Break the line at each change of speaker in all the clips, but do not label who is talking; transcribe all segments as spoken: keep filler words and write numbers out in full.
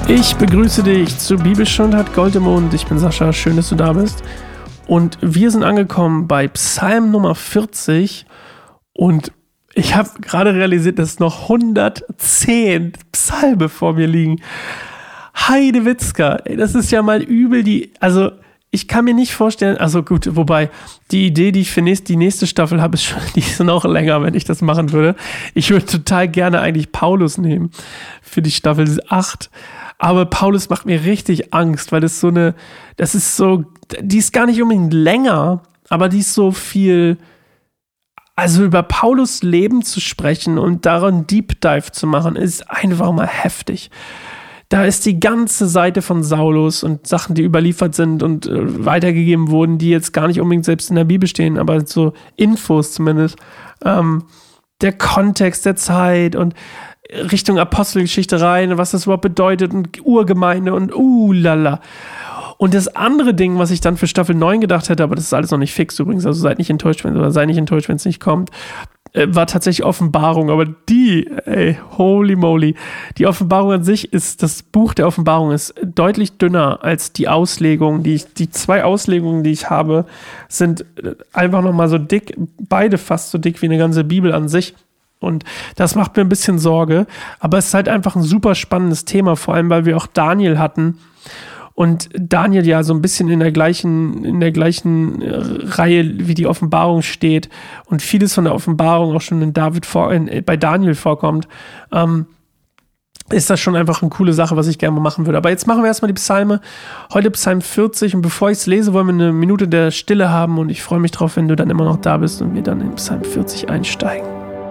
Ich begrüße dich zu Bibelstunde hat Gold im Mund. Ich bin Sascha, schön, dass du da bist. Und wir sind angekommen bei Psalm Nummer vierzig und ich habe gerade realisiert, dass noch hundertzehn Psalme vor mir liegen. Heidewitzka, ey, das ist ja mal übel, die, also ich kann mir nicht vorstellen, also gut, wobei die Idee, die ich für nächst, die nächste Staffel habe, ist schon, die ist noch länger, wenn ich das machen würde. Ich würde total gerne eigentlich Paulus nehmen für die Staffel acht. Aber Paulus macht mir richtig Angst, weil das so eine, das ist so, die ist gar nicht unbedingt länger, aber die ist so viel, also über Paulus Leben zu sprechen und daran Deep Dive zu machen, ist einfach mal heftig. Da ist die ganze Seite von Saulus und Sachen, die überliefert sind und äh, weitergegeben wurden, die jetzt gar nicht unbedingt selbst in der Bibel stehen, aber so Infos zumindest. Ähm, der Kontext der Zeit und Richtung Apostelgeschichte rein, was das überhaupt bedeutet und Urgemeinde und uh lala. Und das andere Ding, was ich dann für Staffel neun gedacht hätte, aber das ist alles noch nicht fix übrigens, also seid nicht enttäuscht, wenn oder sei nicht enttäuscht, wenn es nicht kommt, äh, war tatsächlich Offenbarung, aber die, ey, holy moly, die Offenbarung an sich ist, das Buch der Offenbarung ist deutlich dünner als die Auslegung, die ich, die zwei Auslegungen, die ich habe, sind einfach nochmal so dick, beide fast so dick wie eine ganze Bibel an sich. Und das macht mir ein bisschen Sorge, aber es ist halt einfach ein super spannendes Thema, vor allem, weil wir auch Daniel hatten und Daniel ja so ein bisschen in der gleichen, in der gleichen Reihe wie die Offenbarung steht und vieles von der Offenbarung auch schon in David vor, in, bei Daniel vorkommt, ähm, ist das schon einfach eine coole Sache, was ich gerne mal machen würde. Aber jetzt machen wir erstmal die Psalme. Heute Psalm vierzig und bevor ich es lese, wollen wir eine Minute der Stille haben und ich freue mich drauf, wenn du dann immer noch da bist und wir dann in Psalm vierzig einsteigen.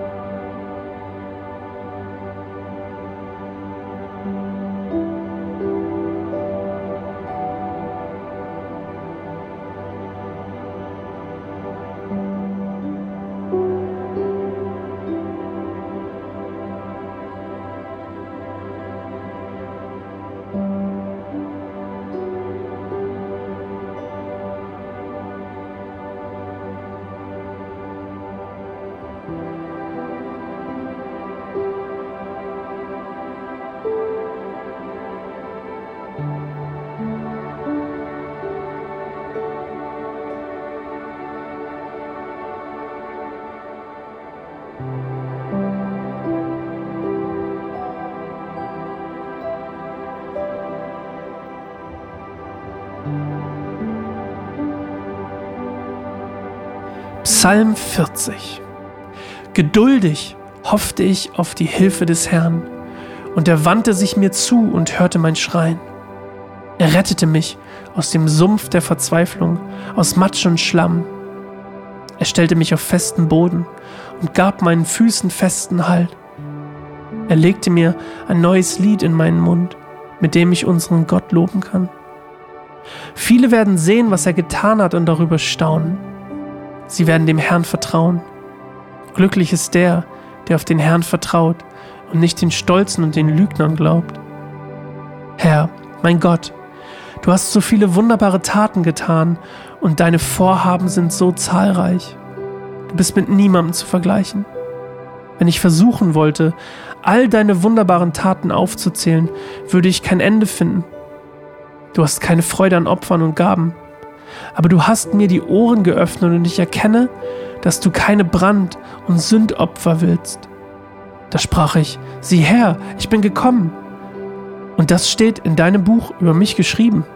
Psalm vierzig. Geduldig hoffte ich auf die Hilfe des Herrn, und er wandte sich mir zu und hörte mein Schreien. Er rettete mich aus dem Sumpf der Verzweiflung, aus Matsch und Schlamm. Er stellte mich auf festen Boden und gab meinen Füßen festen Halt. Er legte mir ein neues Lied in meinen Mund, mit dem ich unseren Gott loben kann. Viele werden sehen, was er getan hat und darüber staunen. Sie werden dem Herrn vertrauen. Glücklich ist der, der auf den Herrn vertraut und nicht den Stolzen und den Lügnern glaubt. Herr, mein Gott, du hast so viele wunderbare Taten getan und deine Vorhaben sind so zahlreich. Du bist mit niemandem zu vergleichen. Wenn ich versuchen wollte, all deine wunderbaren Taten aufzuzählen, würde ich kein Ende finden. Du hast keine Freude an Opfern und Gaben. Aber du hast mir die Ohren geöffnet und ich erkenne, dass du keine Brand- und Sündopfer willst. Da sprach ich, sieh her, ich bin gekommen. Und das steht in deinem Buch über mich geschrieben.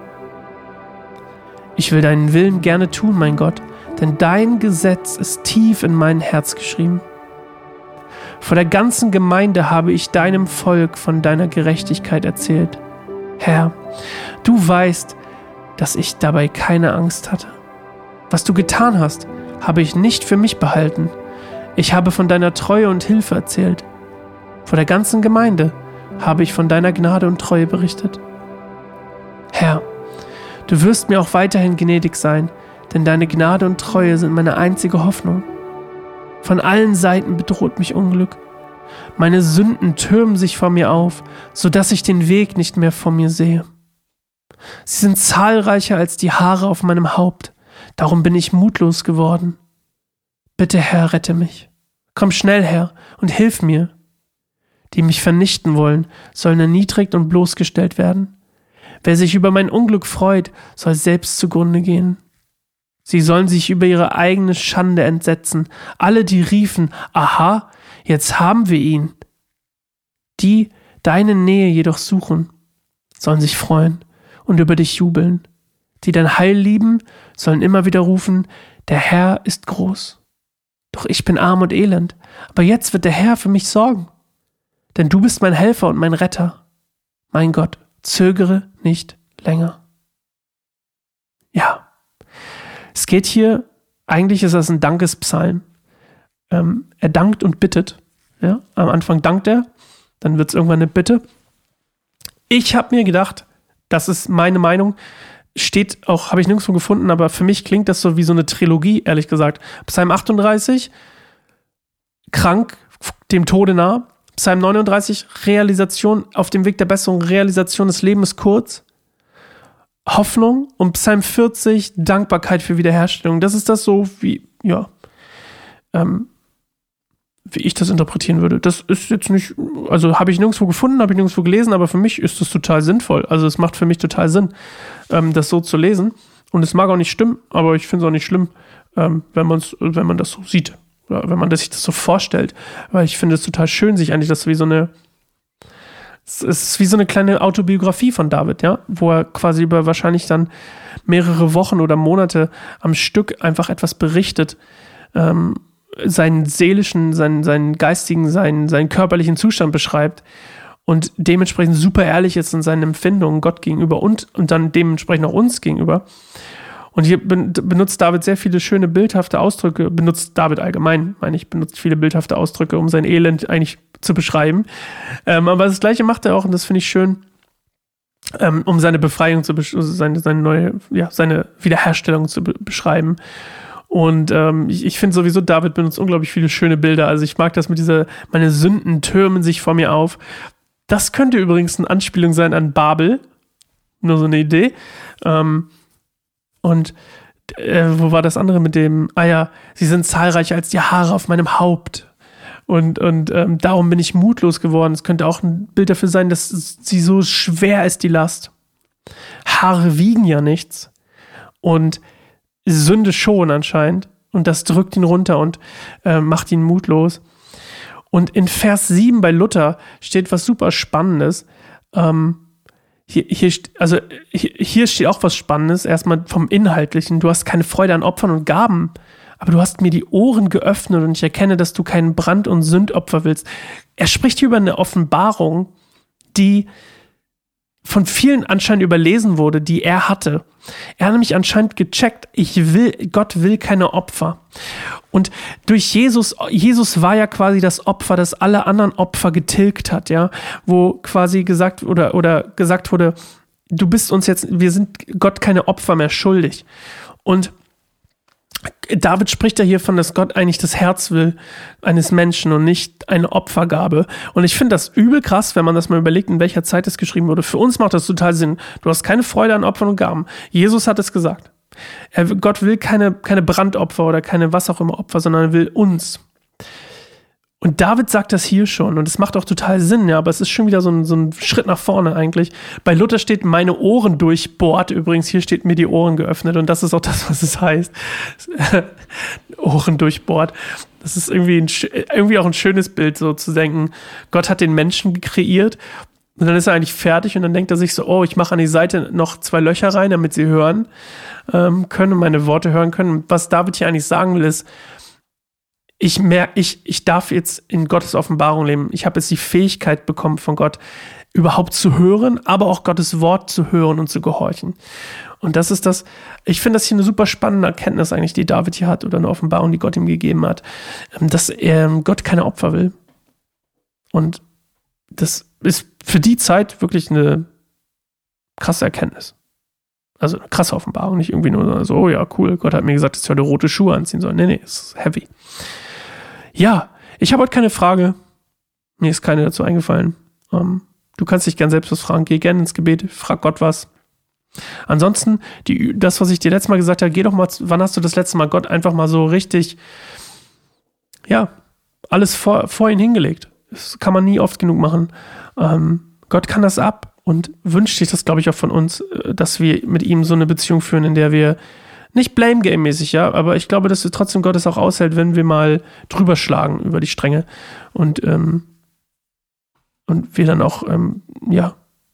Ich will deinen Willen gerne tun, mein Gott, denn dein Gesetz ist tief in mein Herz geschrieben. Vor der ganzen Gemeinde habe ich deinem Volk von deiner Gerechtigkeit erzählt. Herr, du weißt, dass ich dabei keine Angst hatte. Was du getan hast, habe ich nicht für mich behalten. Ich habe von deiner Treue und Hilfe erzählt. Vor der ganzen Gemeinde habe ich von deiner Gnade und Treue berichtet. Herr, du wirst mir auch weiterhin gnädig sein, denn deine Gnade und Treue sind meine einzige Hoffnung. Von allen Seiten bedroht mich Unglück. Meine Sünden türmen sich vor mir auf, sodass ich den Weg nicht mehr vor mir sehe. Sie sind zahlreicher als die Haare auf meinem Haupt, darum bin ich mutlos geworden. Bitte, Herr, rette mich. Komm schnell her und hilf mir. die mich vernichten wollen, sollen erniedrigt und bloßgestellt werden. Wer sich über mein Unglück freut, soll selbst zugrunde gehen. Sie sollen sich über ihre eigene Schande entsetzen. Alle, die riefen, aha, jetzt haben wir ihn. Die deine Nähe jedoch suchen, sollen sich freuen und über dich jubeln. Die dein Heil lieben, sollen immer wieder rufen, der Herr ist groß. Doch ich bin arm und elend, aber jetzt wird der Herr für mich sorgen. Denn du bist mein Helfer und mein Retter. Mein Gott, zögere nicht länger. Ja, es geht hier, eigentlich ist das ein Dankespsalm. Ähm, er dankt und bittet. Ja? Am Anfang dankt er, dann wird es irgendwann eine Bitte. Ich habe mir gedacht, das ist meine Meinung, steht auch, habe ich nirgendwo gefunden, aber für mich klingt das so wie so eine Trilogie, ehrlich gesagt. Psalm achtunddreißig, krank, dem Tode nah. Psalm neununddreißig, Realisation, auf dem Weg der Besserung, Realisation des Lebens kurz. Hoffnung. Und Psalm vierzig, Dankbarkeit für Wiederherstellung. Das ist das so, wie, ja, ähm, wie ich das interpretieren würde. Das ist jetzt nicht, also habe ich nirgendwo gefunden, habe ich nirgendwo gelesen, aber für mich ist das total sinnvoll. Also es macht für mich total Sinn, ähm, das so zu lesen. Und es mag auch nicht stimmen, aber ich finde es auch nicht schlimm, ähm, wenn man's, wenn man das so sieht. Oder wenn man das, sich das so vorstellt. Weil ich finde es total schön, sich eigentlich das wie so eine, es ist wie so eine kleine Autobiografie von David, ja, wo er quasi über wahrscheinlich dann mehrere Wochen oder Monate am Stück einfach etwas berichtet, ähm, seinen seelischen, seinen, seinen geistigen, seinen, seinen körperlichen Zustand beschreibt und dementsprechend super ehrlich ist in seinen Empfindungen Gott gegenüber und, und dann dementsprechend auch uns gegenüber. Und hier benutzt David sehr viele schöne bildhafte Ausdrücke, benutzt David allgemein, meine ich, benutzt viele bildhafte Ausdrücke, um sein Elend eigentlich zu beschreiben. Ähm, aber das Gleiche macht er auch, und das finde ich schön, ähm, um seine Befreiung zu besch- seine, seine neue, ja, seine Wiederherstellung zu be- beschreiben. Und ähm, ich, ich finde sowieso, David benutzt unglaublich viele schöne Bilder. Also ich mag das mit dieser, meine Sünden türmen sich vor mir auf. Das könnte übrigens eine Anspielung sein an Babel. Nur so eine Idee. Ähm, Und äh, wo war das andere mit dem, ah ja, sie sind zahlreicher als die Haare auf meinem Haupt. Und, und ähm, darum bin ich mutlos geworden. Es könnte auch ein Bild dafür sein, dass sie so schwer ist, die Last. Haare wiegen ja nichts. Und Sünde schon anscheinend. Und das drückt ihn runter und äh, macht ihn mutlos. Und in Vers sieben bei Luther steht was super Spannendes. Ähm, Hier, hier, also hier, hier steht auch was Spannendes, erstmal vom Inhaltlichen. Du hast keine Freude an Opfern und Gaben, aber du hast mir die Ohren geöffnet und ich erkenne, dass du keinen Brand- und Sündopfer willst. Er spricht hier über eine Offenbarung, die von vielen anscheinend überlesen wurde, die er hatte. Er hat nämlich anscheinend gecheckt, ich will, Gott will keine Opfer. Und durch Jesus, Jesus war ja quasi das Opfer, das alle anderen Opfer getilgt hat, ja, wo quasi gesagt oder, oder gesagt wurde, du bist uns jetzt, wir sind Gott keine Opfer mehr schuldig. Und David spricht ja hiervon, dass Gott eigentlich das Herz will eines Menschen und nicht eine Opfergabe. Und ich finde das übel krass, wenn man das mal überlegt, in welcher Zeit es geschrieben wurde. Für uns macht das total Sinn. Du hast keine Freude an Opfern und Gaben. Jesus hat es gesagt. Er, Gott will keine, keine Brandopfer oder keine was auch immer Opfer, sondern er will uns. Und David sagt das hier schon und es macht auch total Sinn, ja, aber es ist schon wieder so ein, so ein Schritt nach vorne eigentlich. Bei Luther steht meine Ohren durchbohrt, übrigens hier steht mir die Ohren geöffnet und das ist auch das, was es heißt. Ohren durchbohrt. Das ist irgendwie, ein, irgendwie auch ein schönes Bild, so zu denken, Gott hat den Menschen kreiert und dann ist er eigentlich fertig und dann denkt er sich so, oh, ich mache an die Seite noch zwei Löcher rein, damit sie hören ähm, können und meine Worte hören können. Und was David hier eigentlich sagen will, ist, Ich merke, ich, ich darf jetzt in Gottes Offenbarung leben. Ich habe jetzt die Fähigkeit bekommen von Gott, überhaupt zu hören, aber auch Gottes Wort zu hören und zu gehorchen. Und das ist das, ich finde das hier eine super spannende Erkenntnis eigentlich, die David hier hat oder eine Offenbarung, die Gott ihm gegeben hat, dass er Gott keine Opfer will. Und das ist für die Zeit wirklich eine krasse Erkenntnis. Also eine krasse Offenbarung, nicht irgendwie nur so, oh ja, cool, Gott hat mir gesagt, dass ich heute rote Schuhe anziehen soll. Nee, nee, es ist heavy. Ja, ich habe heute keine Frage. Mir ist keine dazu eingefallen. Ähm, du kannst dich gern selbst was fragen. Geh gerne ins Gebet, frag Gott was. Ansonsten, die, das, was ich dir letztes Mal gesagt habe, geh doch mal, wann hast du das letzte Mal Gott einfach mal so richtig, ja, alles vor, vor ihn hingelegt? Das kann man nie oft genug machen. Ähm, Gott kann das ab und wünscht sich das, glaube ich, auch von uns, dass wir mit ihm so eine Beziehung führen, in der wir nicht Blame-Game-mäßig, ja, aber ich glaube, dass trotzdem Gott es auch aushält, wenn wir mal drüber schlagen über die Stränge und, ähm, und wir dann auch, ähm, ja,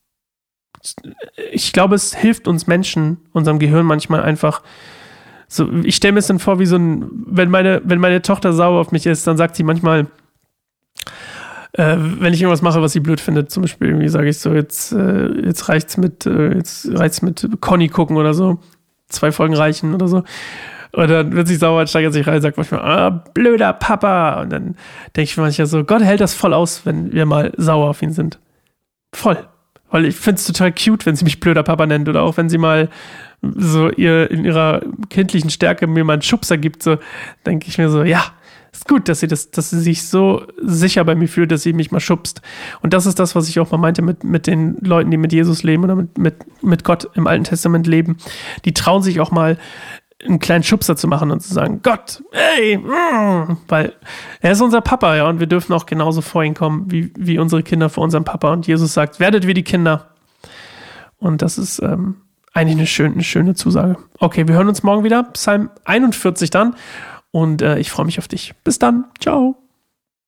ich glaube, es hilft uns Menschen, unserem Gehirn manchmal einfach so, ich stelle mir es dann vor, wie so ein, wenn meine, wenn meine Tochter sauer auf mich ist, dann sagt sie manchmal, äh, wenn ich irgendwas mache, was sie blöd findet, zum Beispiel irgendwie sage ich so, jetzt, äh, jetzt reicht's mit, äh, jetzt reicht's mit Conny gucken oder so, zwei Folgen reichen oder so. Und dann wird sie sauer, steigert sich rein, sagt manchmal, ah, blöder Papa. Und dann denke ich mir manchmal so, Gott hält das voll aus, wenn wir mal sauer auf ihn sind. Voll. Weil ich finde es total cute, wenn sie mich blöder Papa nennt oder auch wenn sie mal so ihr in ihrer kindlichen Stärke mir mal einen Schubser gibt, so denke ich mir so, ja, ist gut, dass sie das, dass sie sich so sicher bei mir fühlt, dass sie mich mal schubst. Und das ist das, was ich auch mal meinte mit, mit den Leuten, die mit Jesus leben oder mit, mit, mit Gott im Alten Testament leben. Die trauen sich auch mal einen kleinen Schubser zu machen und zu sagen, Gott, ey, mm, weil er ist unser Papa, ja, und wir dürfen auch genauso vor ihn kommen, wie, wie unsere Kinder vor unserem Papa. Und Jesus sagt, werdet wie die Kinder. Und das ist ähm, eigentlich eine schöne, eine schöne Zusage. Okay, wir hören uns morgen wieder, Psalm einundvierzig dann. Und äh, ich freue mich auf dich. Bis dann. Ciao.